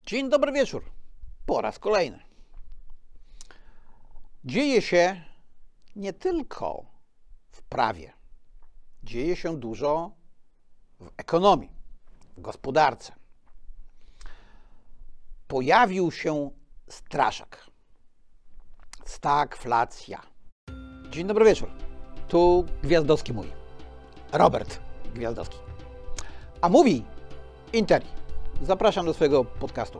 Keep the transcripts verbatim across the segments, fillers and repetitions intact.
Dzień dobry wieczór. Po raz kolejny. Dzieje się nie tylko w prawie. Dzieje się dużo w ekonomii, w gospodarce. Pojawił się straszak. Stagflacja. Dzień dobry wieczór. Tu Gwiazdowski mówi. Robert Gwiazdowski. A mówi Interi. Zapraszam do swojego podcastu.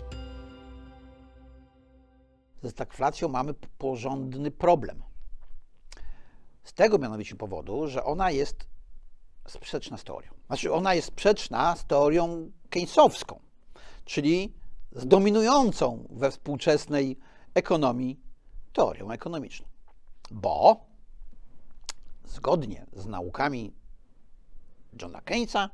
Ze stagflacją mamy porządny problem. Z tego mianowicie powodu, że ona jest sprzeczna z teorią. Znaczy, ona jest sprzeczna z teorią keynesowską, czyli z dominującą we współczesnej ekonomii teorią ekonomiczną. Bo zgodnie z naukami Johna Keynesa,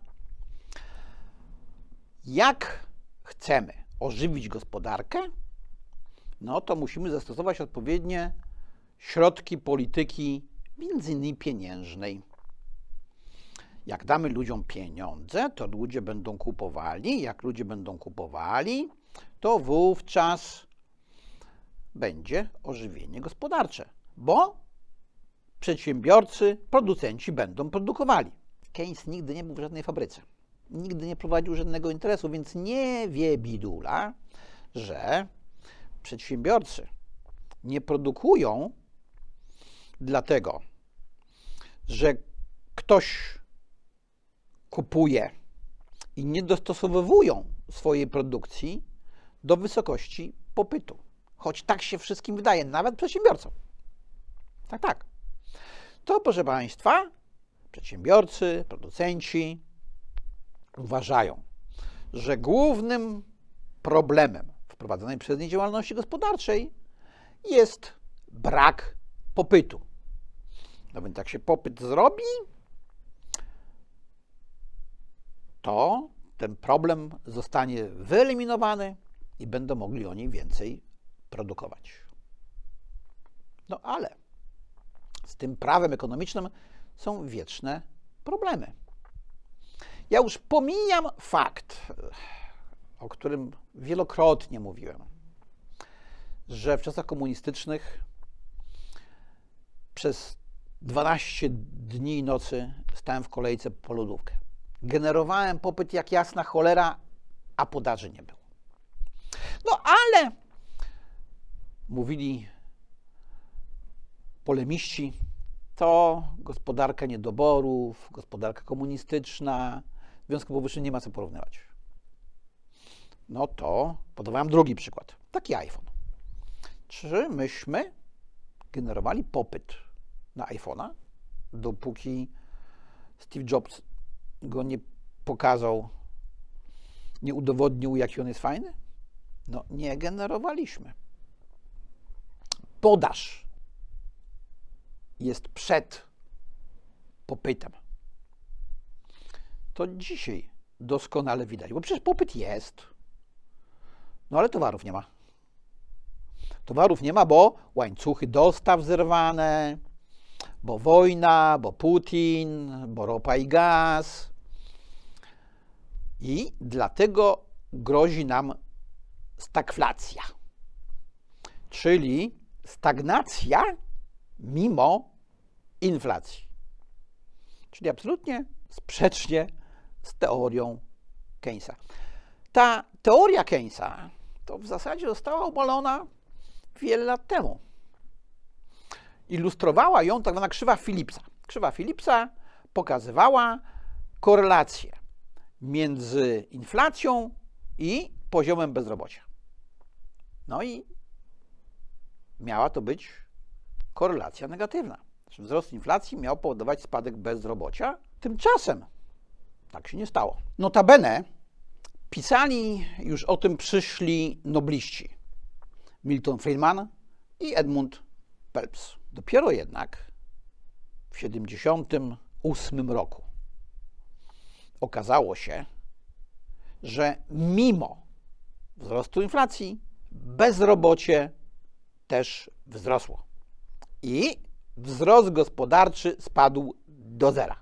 jak chcemy ożywić gospodarkę, no to musimy zastosować odpowiednie środki polityki, między innymi pieniężnej. Jak damy ludziom pieniądze, to ludzie będą kupowali. Jak ludzie będą kupowali, to wówczas będzie ożywienie gospodarcze, bo przedsiębiorcy, producenci będą produkowali. Keynes nigdy nie był w żadnej fabryce. Nigdy nie prowadził żadnego interesu, więc nie wie bidula, że przedsiębiorcy nie produkują dlatego, że ktoś kupuje i nie dostosowują swojej produkcji do wysokości popytu. Choć tak się wszystkim wydaje, nawet przedsiębiorcom. Tak, tak. To, proszę Państwa, przedsiębiorcy, producenci uważają, że głównym problemem w prowadzonej przez nie działalności gospodarczej jest brak popytu. No więc jak się popyt zrobi, to ten problem zostanie wyeliminowany i będą mogli oni więcej produkować. No ale z tym prawem ekonomicznym są wieczne problemy. Ja już pomijam fakt, o którym wielokrotnie mówiłem, że w czasach komunistycznych przez dwanaście dni i nocy stałem w kolejce po lodówkę. Generowałem popyt jak jasna cholera, a podaży nie było. No ale mówili polemiści, to gospodarka niedoborów, gospodarka komunistyczna, w związku z powyższym nie ma co porównywać. No to podawałem drugi przykład, taki iPhone. Czy myśmy generowali popyt na iPhone'a, dopóki Steve Jobs go nie pokazał, nie udowodnił, jaki on jest fajny? No nie generowaliśmy. Podaż jest przed popytem. To dzisiaj doskonale widać, bo przecież popyt jest, no ale towarów nie ma. Towarów nie ma, bo łańcuchy dostaw zerwane, bo wojna, bo Putin, bo ropa i gaz. I dlatego grozi nam stagflacja, czyli stagnacja mimo inflacji. Czyli absolutnie sprzecznie z teorią Keynesa. Ta teoria Keynesa to w zasadzie została obalona wiele lat temu. Ilustrowała ją tak zwana krzywa Philipsa. Krzywa Philipsa pokazywała korelację między inflacją i poziomem bezrobocia. No i miała to być korelacja negatywna. Znaczy wzrost inflacji miał powodować spadek bezrobocia. Tymczasem tak się nie stało. Notabene pisali już o tym przyszli nobliści. Milton Friedman i Edmund Phelps. Dopiero jednak w tysiąc dziewięćset siedemdziesiątym ósmym roku okazało się, że mimo wzrostu inflacji bezrobocie też wzrosło. I wzrost gospodarczy spadł do zera.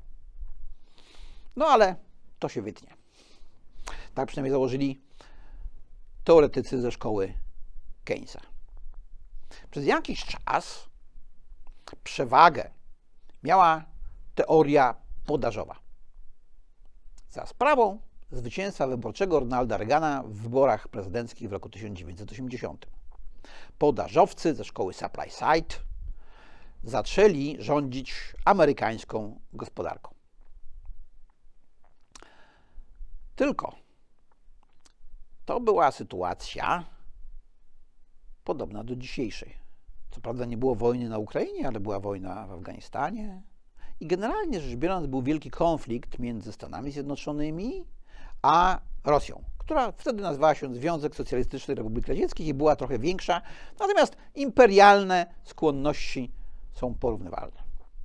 No ale to się wytnie. Tak przynajmniej założyli teoretycy ze szkoły Keynesa. Przez jakiś czas przewagę miała teoria podażowa. Za sprawą zwycięstwa wyborczego Ronalda Reagana w wyborach prezydenckich w roku tysiąc dziewięćset osiemdziesiątym. Podażowcy ze szkoły Supply Side zaczęli rządzić amerykańską gospodarką. Tylko to była sytuacja podobna do dzisiejszej. Co prawda nie było wojny na Ukrainie, ale była wojna w Afganistanie. I generalnie rzecz biorąc był wielki konflikt między Stanami Zjednoczonymi a Rosją, która wtedy nazywała się Związek Socjalistycznych Republik Radzieckich i była trochę większa, natomiast imperialne skłonności są porównywalne.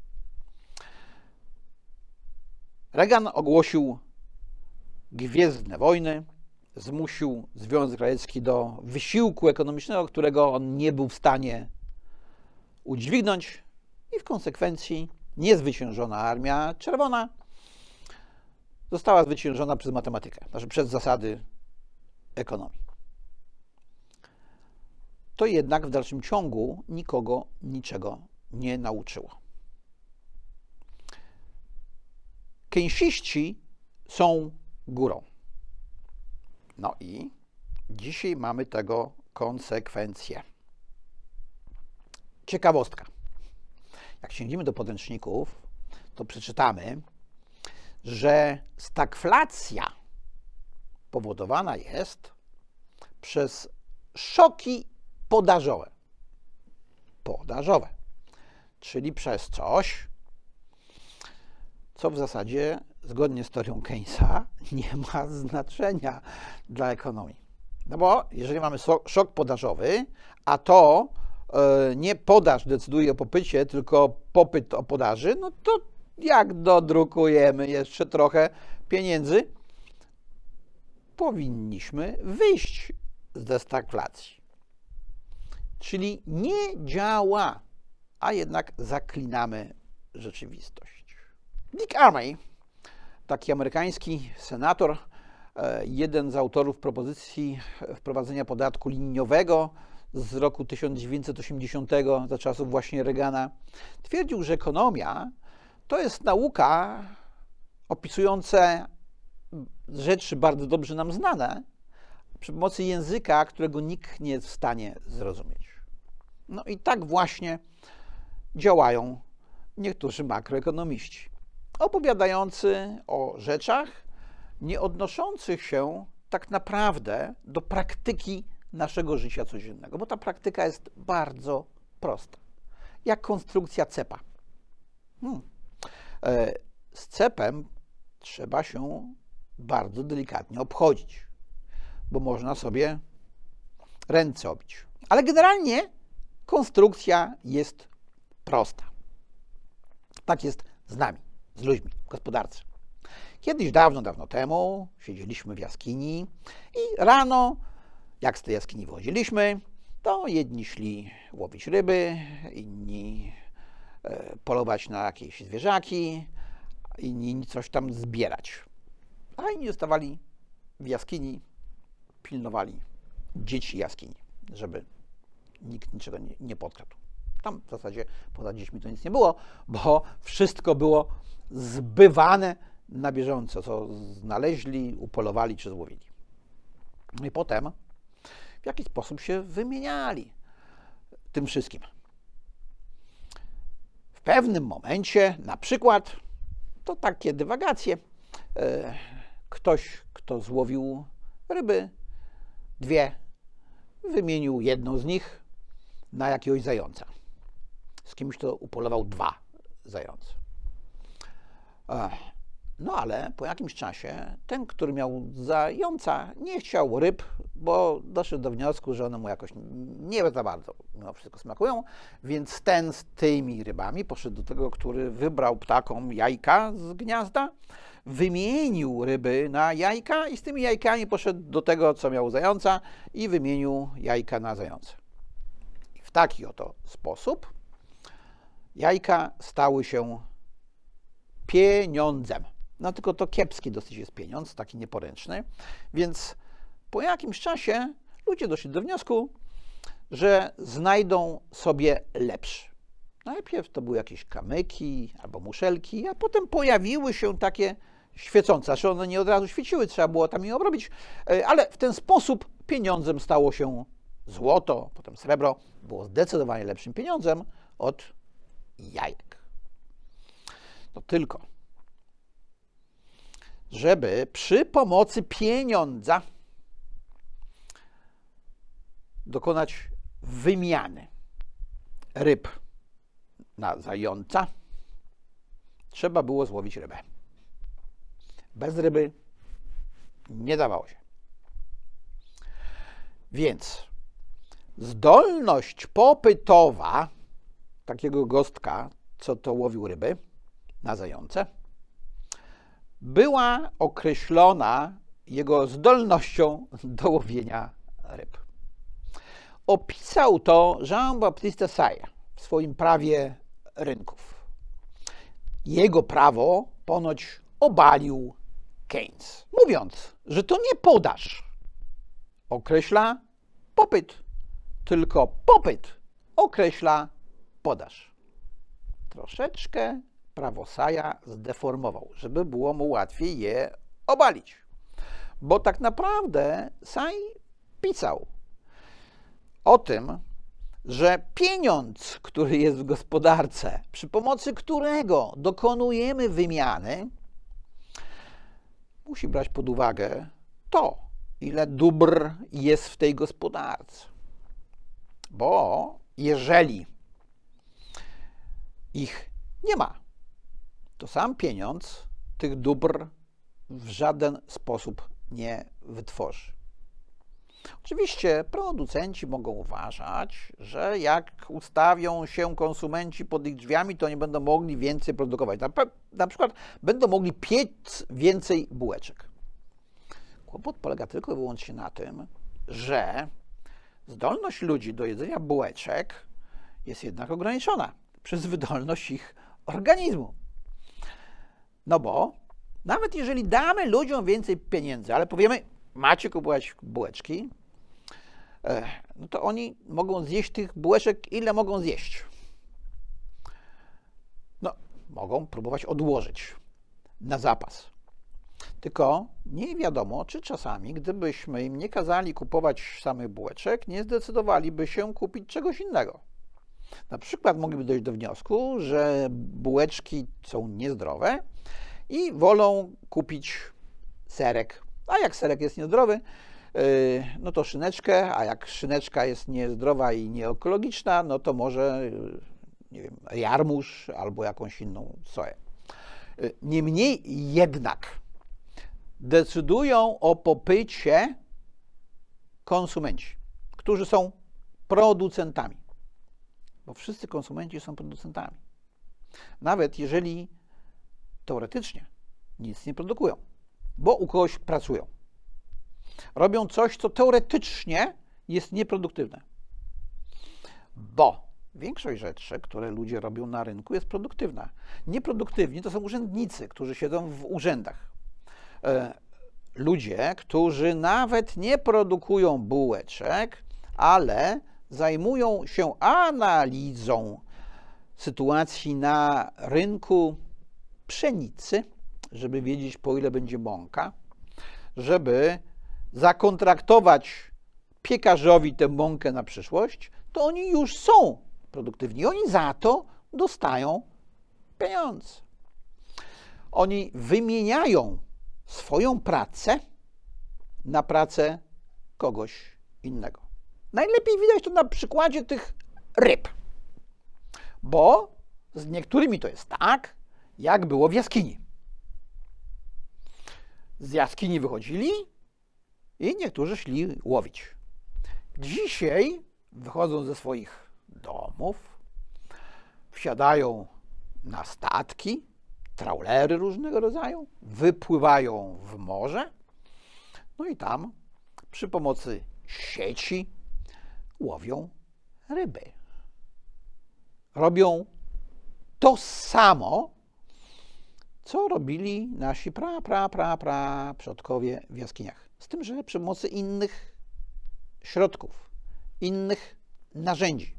Reagan ogłosił gwiezdne wojny, zmusił Związek Radziecki do wysiłku ekonomicznego, którego on nie był w stanie udźwignąć i w konsekwencji niezwyciężona Armia Czerwona została zwyciężona przez matematykę, znaczy przez zasady ekonomii. To jednak w dalszym ciągu nikogo niczego nie nauczyło. Keynesiści są górą. No i dzisiaj mamy tego konsekwencje. Ciekawostka. Jak sięgniemy do podręczników, to przeczytamy, że stagflacja powodowana jest przez szoki podażowe. Podażowe. Czyli przez coś, co w zasadzie, zgodnie z teorią Keynesa, nie ma znaczenia dla ekonomii. No bo jeżeli mamy szok podażowy, a to yy, nie podaż decyduje o popycie, tylko popyt o podaży, no to jak dodrukujemy jeszcze trochę pieniędzy, powinniśmy wyjść ze stagflacji. Czyli nie działa, a jednak zaklinamy rzeczywistość. Dick Armey, taki amerykański senator, jeden z autorów propozycji wprowadzenia podatku liniowego z roku tysiąc dziewięćset osiemdziesiątego, za czasów właśnie Reagana, twierdził, że ekonomia to jest nauka opisująca rzeczy bardzo dobrze nam znane przy pomocy języka, którego nikt nie jest w stanie zrozumieć. No i tak właśnie działają niektórzy makroekonomiści, opowiadający o rzeczach nie odnoszących się tak naprawdę do praktyki naszego życia codziennego, bo ta praktyka jest bardzo prosta, jak konstrukcja cepa. Hmm. Z cepem trzeba się bardzo delikatnie obchodzić, bo można sobie ręce obić. Ale generalnie konstrukcja jest prosta. Tak jest z nami, z ludźmi w gospodarce. Kiedyś dawno, dawno temu siedzieliśmy w jaskini i rano, jak z tej jaskini wychodziliśmy, to jedni szli łowić ryby, inni polować na jakieś zwierzaki, inni coś tam zbierać. A inni zostawali w jaskini, pilnowali dzieci jaskini, żeby nikt niczego nie, nie podkradł. Tam w zasadzie poza dziećmi to nic nie było, bo wszystko było zbywane na bieżąco, co znaleźli, upolowali czy złowili. No i potem w jakiś sposób się wymieniali tym wszystkim. W pewnym momencie, na przykład, to takie dywagacje, ktoś, kto złowił ryby, dwie, wymienił jedną z nich na jakiegoś zająca. Z kimś, kto upolował dwa zające. No ale po jakimś czasie ten, który miał zająca, nie chciał ryb, bo doszedł do wniosku, że one mu jakoś nie za bardzo mimo wszystko smakują, więc ten z tymi rybami poszedł do tego, który wybrał ptakom jajka z gniazda, wymienił ryby na jajka i z tymi jajkami poszedł do tego, co miał zająca i wymienił jajka na zające. I w taki oto sposób jajka stały się pieniądzem. No tylko to kiepski dosyć jest pieniądz, taki nieporęczny, więc po jakimś czasie ludzie doszli do wniosku, że znajdą sobie lepszy. Najpierw to były jakieś kamyki albo muszelki, a potem pojawiły się takie świecące. Znaczy one nie od razu świeciły, trzeba było tam je obrobić, ale w ten sposób pieniądzem stało się złoto, potem srebro. Było zdecydowanie lepszym pieniądzem od jajek. No tylko, żeby przy pomocy pieniądza dokonać wymiany ryb na zająca, trzeba było złowić rybę. Bez ryby nie dawało się. Więc zdolność popytowa takiego gostka, co to łowił ryby na zające, była określona jego zdolnością do łowienia ryb. Opisał to Jean-Baptiste Say w swoim prawie rynków. Jego prawo ponoć obalił Keynes, mówiąc, że to nie podaż określa popyt, tylko popyt określa podaż. Troszeczkę prawo Saya zdeformował, żeby było mu łatwiej je obalić. Bo tak naprawdę Say pisał o tym, że pieniądz, który jest w gospodarce, przy pomocy którego dokonujemy wymiany, musi brać pod uwagę to, ile dóbr jest w tej gospodarce. Bo jeżeli ich nie ma, to sam pieniądz tych dóbr w żaden sposób nie wytworzy. Oczywiście producenci mogą uważać, że jak ustawią się konsumenci pod ich drzwiami, to nie będą mogli więcej produkować. Na, na przykład będą mogli piec więcej bułeczek. Kłopot polega tylko i wyłącznie na tym, że zdolność ludzi do jedzenia bułeczek jest jednak ograniczona przez wydolność ich organizmu. No bo nawet jeżeli damy ludziom więcej pieniędzy, ale powiemy, macie kupować bułeczki, no to oni mogą zjeść tych bułeczek, ile mogą zjeść. No, mogą próbować odłożyć na zapas. Tylko nie wiadomo, czy czasami, gdybyśmy im nie kazali kupować samych bułeczek, nie zdecydowaliby się kupić czegoś innego. Na przykład mogliby dojść do wniosku, że bułeczki są niezdrowe i wolą kupić serek. A jak serek jest niezdrowy, no to szyneczkę, a jak szyneczka jest niezdrowa i nieekologiczna, no to może, nie wiem, jarmuż albo jakąś inną soję. Niemniej jednak decydują o popycie konsumenci, którzy są producentami. Bo wszyscy konsumenci są producentami. Nawet jeżeli teoretycznie nic nie produkują, bo u kogoś pracują. Robią coś, co teoretycznie jest nieproduktywne. Bo większość rzeczy, które ludzie robią na rynku, jest produktywna. Nieproduktywni to są urzędnicy, którzy siedzą w urzędach. Ludzie, którzy nawet nie produkują bułeczek, ale zajmują się analizą sytuacji na rynku pszenicy, żeby wiedzieć, po ile będzie mąka, żeby zakontraktować piekarzowi tę mąkę na przyszłość, to oni już są produktywni. Oni za to dostają pieniądze. Oni wymieniają swoją pracę na pracę kogoś innego. Najlepiej widać to na przykładzie tych ryb, bo z niektórymi to jest tak, jak było w jaskini. Z jaskini wychodzili i niektórzy szli łowić. Dzisiaj wychodzą ze swoich domów, wsiadają na statki, trawlery różnego rodzaju, wypływają w morze, no i tam przy pomocy sieci łowią ryby. Robią to samo, co robili nasi pra, pra, pra, pra przodkowie w jaskiniach. Z tym, że przy pomocy innych środków, innych narzędzi.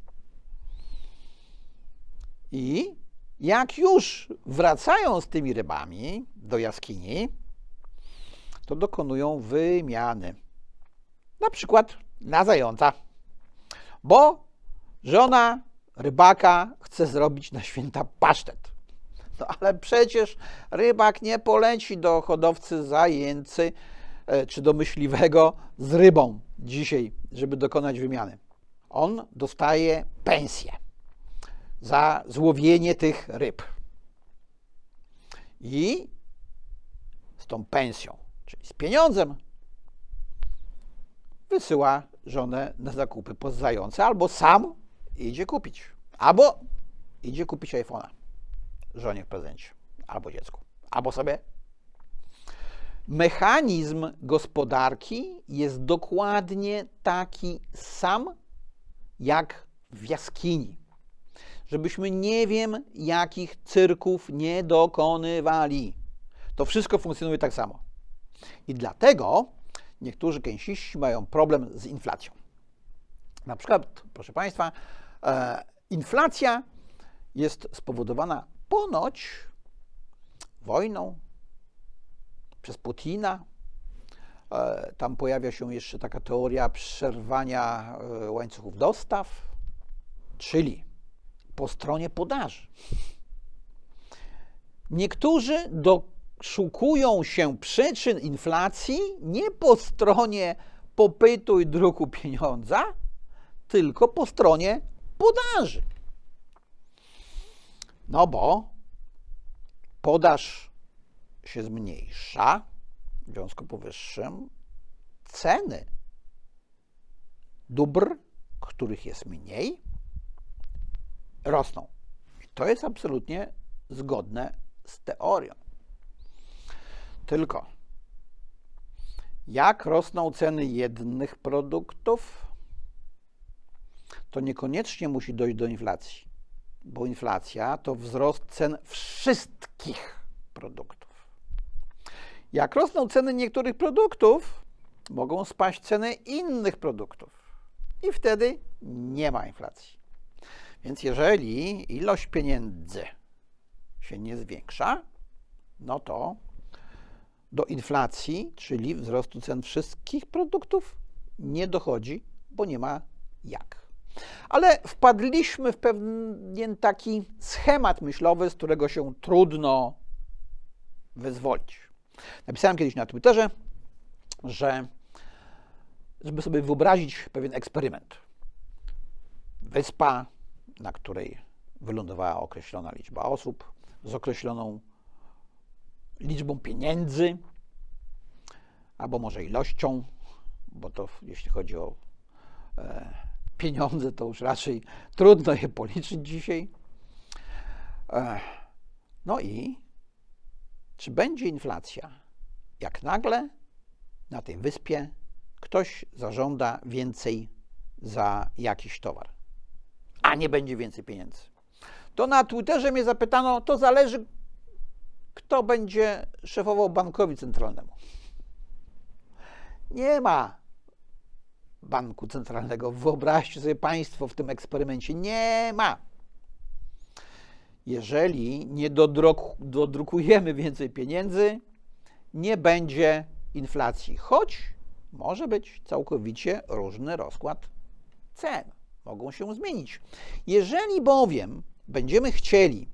I jak już wracają z tymi rybami do jaskini, to dokonują wymiany. Na przykład na zająca, bo żona rybaka chce zrobić na święta pasztet. No ale przecież rybak nie poleci do hodowcy zajęcy czy do myśliwego z rybą dzisiaj, żeby dokonać wymiany. On dostaje pensję za złowienie tych ryb. I z tą pensją, czyli z pieniądzem, wysyła żonę na zakupy po zające, albo sam idzie kupić, albo idzie kupić iPhone'a żonie w prezencie, albo dziecku, albo sobie. Mechanizm gospodarki jest dokładnie taki sam jak w jaskini. Żebyśmy nie wiem jakich cyrków nie dokonywali. To wszystko funkcjonuje tak samo. I dlatego niektórzy keynesista mają problem z inflacją. Na przykład, proszę Państwa, e, inflacja jest spowodowana ponoć wojną przez Putina. E, tam pojawia się jeszcze taka teoria przerwania e, łańcuchów dostaw, czyli po stronie podaży. Niektórzy doszukują się przyczyn inflacji nie po stronie popytu i druku pieniądza, tylko po stronie podaży. No bo podaż się zmniejsza, w związku powyższym ceny dóbr, których jest mniej, rosną. I to jest absolutnie zgodne z teorią. Tylko jak rosną ceny jednych produktów, to niekoniecznie musi dojść do inflacji, bo inflacja to wzrost cen wszystkich produktów. Jak rosną ceny niektórych produktów, mogą spaść ceny innych produktów i wtedy nie ma inflacji. Więc jeżeli ilość pieniędzy się nie zwiększa, no to do inflacji, czyli wzrostu cen wszystkich produktów, nie dochodzi, bo nie ma jak. Ale wpadliśmy w pewien taki schemat myślowy, z którego się trudno wyzwolić. Napisałem kiedyś na Twitterze, że żeby sobie wyobrazić pewien eksperyment. Wyspa, na której wylądowała określona liczba osób, z określoną liczbą pieniędzy, albo może ilością, bo to jeśli chodzi o e, pieniądze, to już raczej trudno je policzyć dzisiaj. E, no i czy będzie inflacja, jak nagle na tej wyspie ktoś zażąda więcej za jakiś towar, a nie będzie więcej pieniędzy? To na Twitterze mnie zapytano, to zależy, kto będzie szefował bankowi centralnemu. Nie ma banku centralnego. Wyobraźcie sobie Państwo w tym eksperymencie. Nie ma. Jeżeli nie dodruk- dodrukujemy więcej pieniędzy, nie będzie inflacji. Choć może być całkowicie różny rozkład cen. Mogą się zmienić. Jeżeli bowiem będziemy chcieli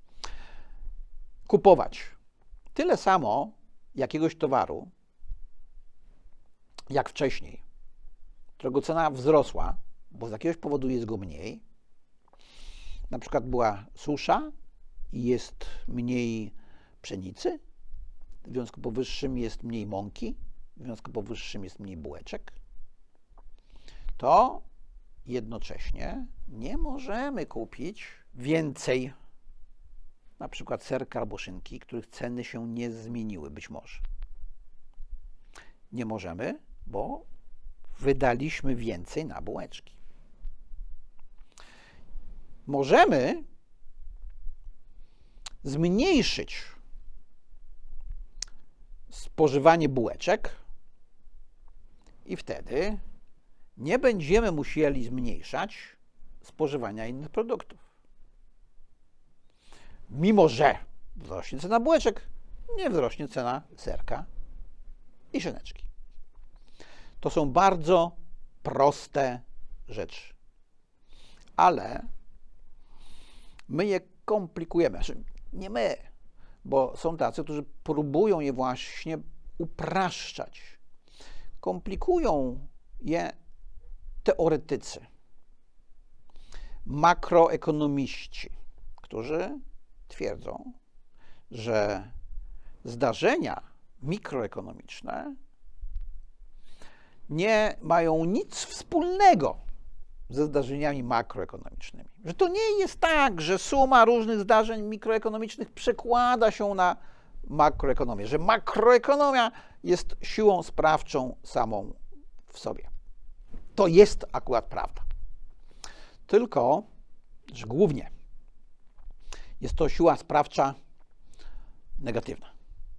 kupować tyle samo jakiegoś towaru, jak wcześniej, którego cena wzrosła, bo z jakiegoś powodu jest go mniej, na przykład była susza i jest mniej pszenicy, w związku powyższym jest mniej mąki, w związku powyższym jest mniej bułeczek, to jednocześnie nie możemy kupić więcej na przykład serka albo szynki, których ceny się nie zmieniły, być może. Nie możemy, bo wydaliśmy więcej na bułeczki. Możemy zmniejszyć spożywanie bułeczek i wtedy nie będziemy musieli zmniejszać spożywania innych produktów. Mimo że wzrośnie cena bułeczek, nie wzrośnie cena serka i szyneczki. To są bardzo proste rzeczy. Ale my je komplikujemy. Znaczy, nie my, bo są tacy, którzy próbują je właśnie upraszczać. Komplikują je teoretycy, makroekonomiści, którzy twierdzą, że zdarzenia mikroekonomiczne nie mają nic wspólnego ze zdarzeniami makroekonomicznymi. Że to nie jest tak, że suma różnych zdarzeń mikroekonomicznych przekłada się na makroekonomię, że makroekonomia jest siłą sprawczą samą w sobie. To jest akurat prawda. Tylko, że głównie jest to siła sprawcza negatywna.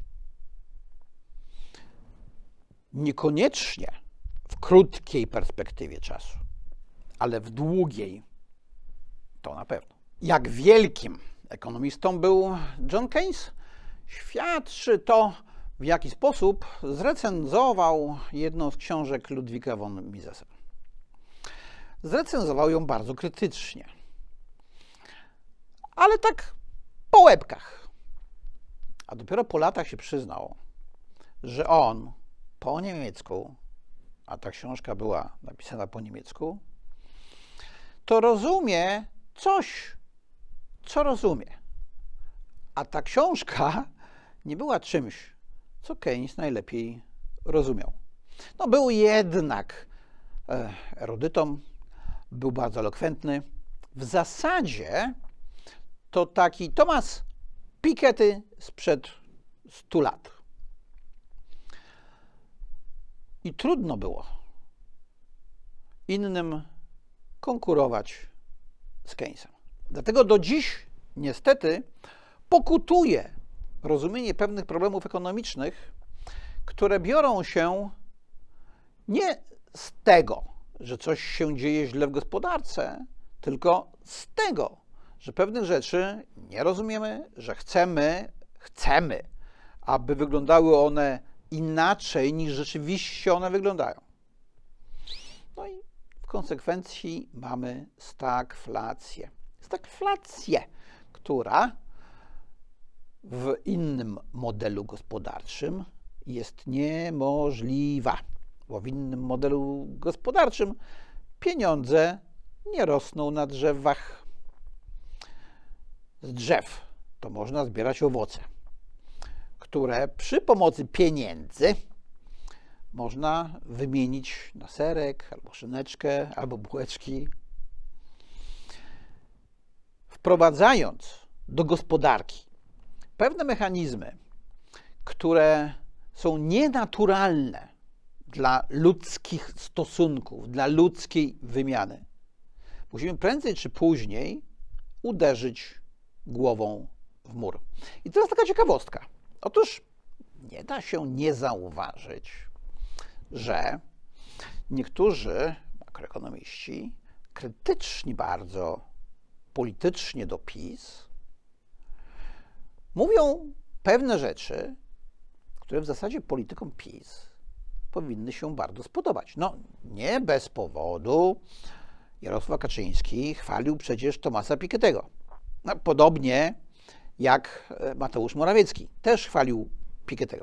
Niekoniecznie w krótkiej perspektywie czasu, ale w długiej to na pewno. Jak wielkim ekonomistą był John Keynes, świadczy to, w jaki sposób zrecenzował jedną z książek Ludwika von Misesa. Zrecenzował ją bardzo krytycznie, ale tak po łebkach. A dopiero po latach się przyznał, że on po niemiecku, a ta książka była napisana po niemiecku, to rozumie coś, co rozumie. A ta książka nie była czymś, co Keynes najlepiej rozumiał. No, był jednak e, erudytą, był bardzo elokwentny. W zasadzie to taki Thomas Piketty sprzed stu lat. I trudno było innym konkurować z Keynesem. Dlatego do dziś niestety pokutuje rozumienie pewnych problemów ekonomicznych, które biorą się nie z tego, że coś się dzieje źle w gospodarce, tylko z tego, że pewnych rzeczy nie rozumiemy, że chcemy, chcemy, aby wyglądały one inaczej, niż rzeczywiście one wyglądają. No i w konsekwencji mamy stagflację. Stagflację, która w innym modelu gospodarczym jest niemożliwa, bo w innym modelu gospodarczym pieniądze nie rosną na drzewach. Z drzew to można zbierać owoce, które przy pomocy pieniędzy można wymienić na serek, albo szyneczkę, albo bułeczki. Wprowadzając do gospodarki pewne mechanizmy, które są nienaturalne dla ludzkich stosunków, dla ludzkiej wymiany, musimy prędzej czy później uderzyć głową w mur. I teraz taka ciekawostka. Otóż nie da się nie zauważyć, że niektórzy makroekonomiści, krytyczni bardzo politycznie do PiS, mówią pewne rzeczy, które w zasadzie politykom PiS powinny się bardzo spodobać. No, nie bez powodu Jarosław Kaczyński chwalił przecież Thomasa Pikettego. No, podobnie jak Mateusz Morawiecki też chwalił Pikettego.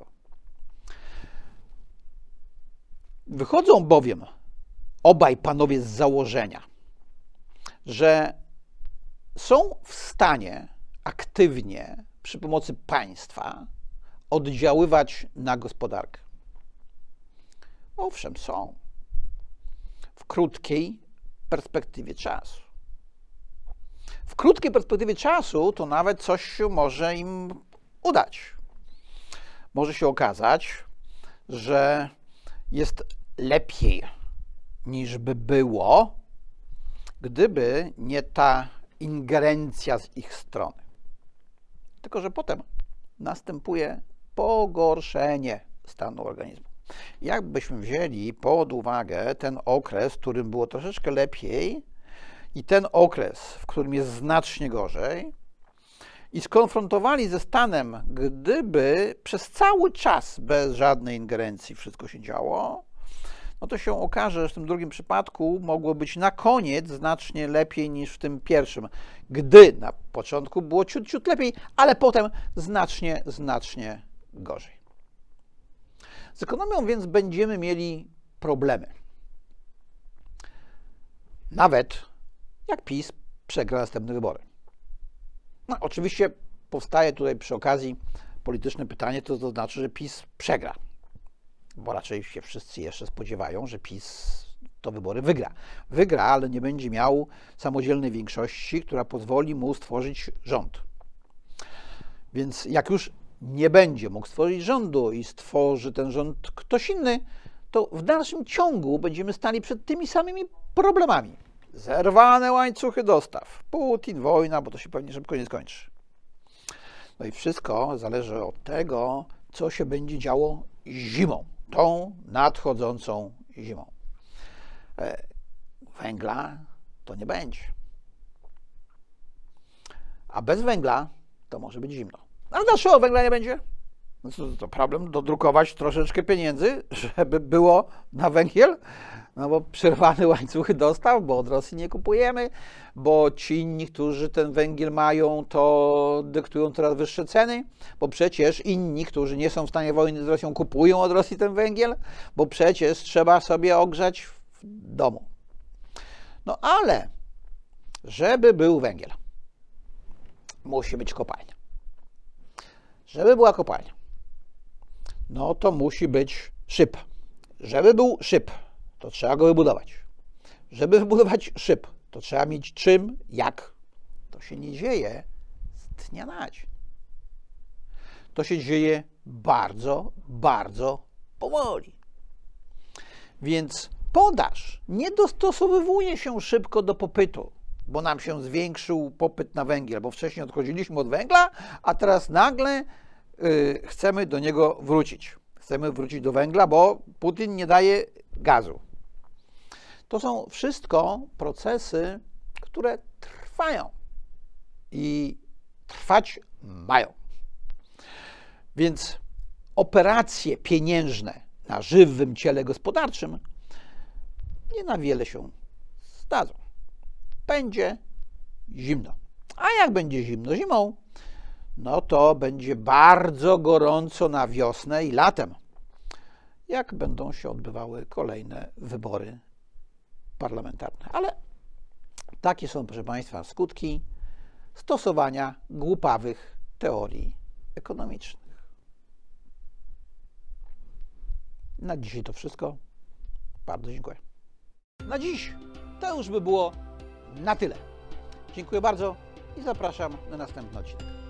Wychodzą bowiem obaj panowie z założenia, że są w stanie aktywnie przy pomocy państwa oddziaływać na gospodarkę. Owszem, są. W krótkiej perspektywie czasu. W krótkiej perspektywie czasu to nawet coś się może im udać. Może się okazać, że jest lepiej niż by było, gdyby nie ta ingerencja z ich strony. Tylko że potem następuje pogorszenie stanu organizmu. Jakbyśmy wzięli pod uwagę ten okres, w którym było troszeczkę lepiej i ten okres, w którym jest znacznie gorzej, i skonfrontowali ze stanem, gdyby przez cały czas bez żadnej ingerencji wszystko się działo, no to się okaże, że w tym drugim przypadku mogło być na koniec znacznie lepiej niż w tym pierwszym, gdy na początku było ciut, ciut lepiej, ale potem znacznie, znacznie gorzej. Z ekonomią więc będziemy mieli problemy. Nawet jak PiS przegra następne wybory. No, oczywiście powstaje tutaj przy okazji polityczne pytanie, co to znaczy, że PiS przegra. Bo raczej się wszyscy jeszcze spodziewają, że PiS to wybory wygra. Wygra, ale nie będzie miał samodzielnej większości, która pozwoli mu stworzyć rząd. Więc jak już nie będzie mógł stworzyć rządu i stworzy ten rząd ktoś inny, to w dalszym ciągu będziemy stali przed tymi samymi problemami. Zerwane łańcuchy dostaw, Putin, wojna, bo to się pewnie szybko nie skończy. No i wszystko zależy od tego, co się będzie działo zimą, tą nadchodzącą zimą. Węgla to nie będzie. A bez węgla to może być zimno. Ale dlaczego węgla nie będzie? No to, to problem dodrukować troszeczkę pieniędzy, żeby było na węgiel, no bo przerwane łańcuchy dostaw, bo od Rosji nie kupujemy, bo ci inni, którzy ten węgiel mają, to dyktują coraz wyższe ceny, bo przecież inni, którzy nie są w stanie wojny z Rosją, kupują od Rosji ten węgiel, bo przecież trzeba sobie ogrzać w domu. No ale, żeby był węgiel, musi być kopalnia. Żeby była kopalnia, no to musi być szyb. Żeby był szyb, to trzeba go wybudować. Żeby wybudować szyb, to trzeba mieć czym, jak. To się nie dzieje z dnia na dzień. To się dzieje bardzo, bardzo powoli. Więc podaż nie dostosowuje się szybko do popytu, bo nam się zwiększył popyt na węgiel, bo wcześniej odchodziliśmy od węgla, a teraz nagle y, chcemy do niego wrócić. Chcemy wrócić do węgla, bo Putin nie daje gazu. To są wszystko procesy, które trwają i trwać mają. Więc operacje pieniężne na żywym ciele gospodarczym nie na wiele się zdadzą. Będzie zimno. A jak będzie zimno zimą, no to będzie bardzo gorąco na wiosnę i latem, jak będą się odbywały kolejne wybory parlamentarne. Ale takie są, proszę Państwa, skutki stosowania głupawych teorii ekonomicznych. Na dzisiaj to wszystko. Bardzo dziękuję. Na dziś to już by było na tyle. Dziękuję bardzo i zapraszam na następny odcinek.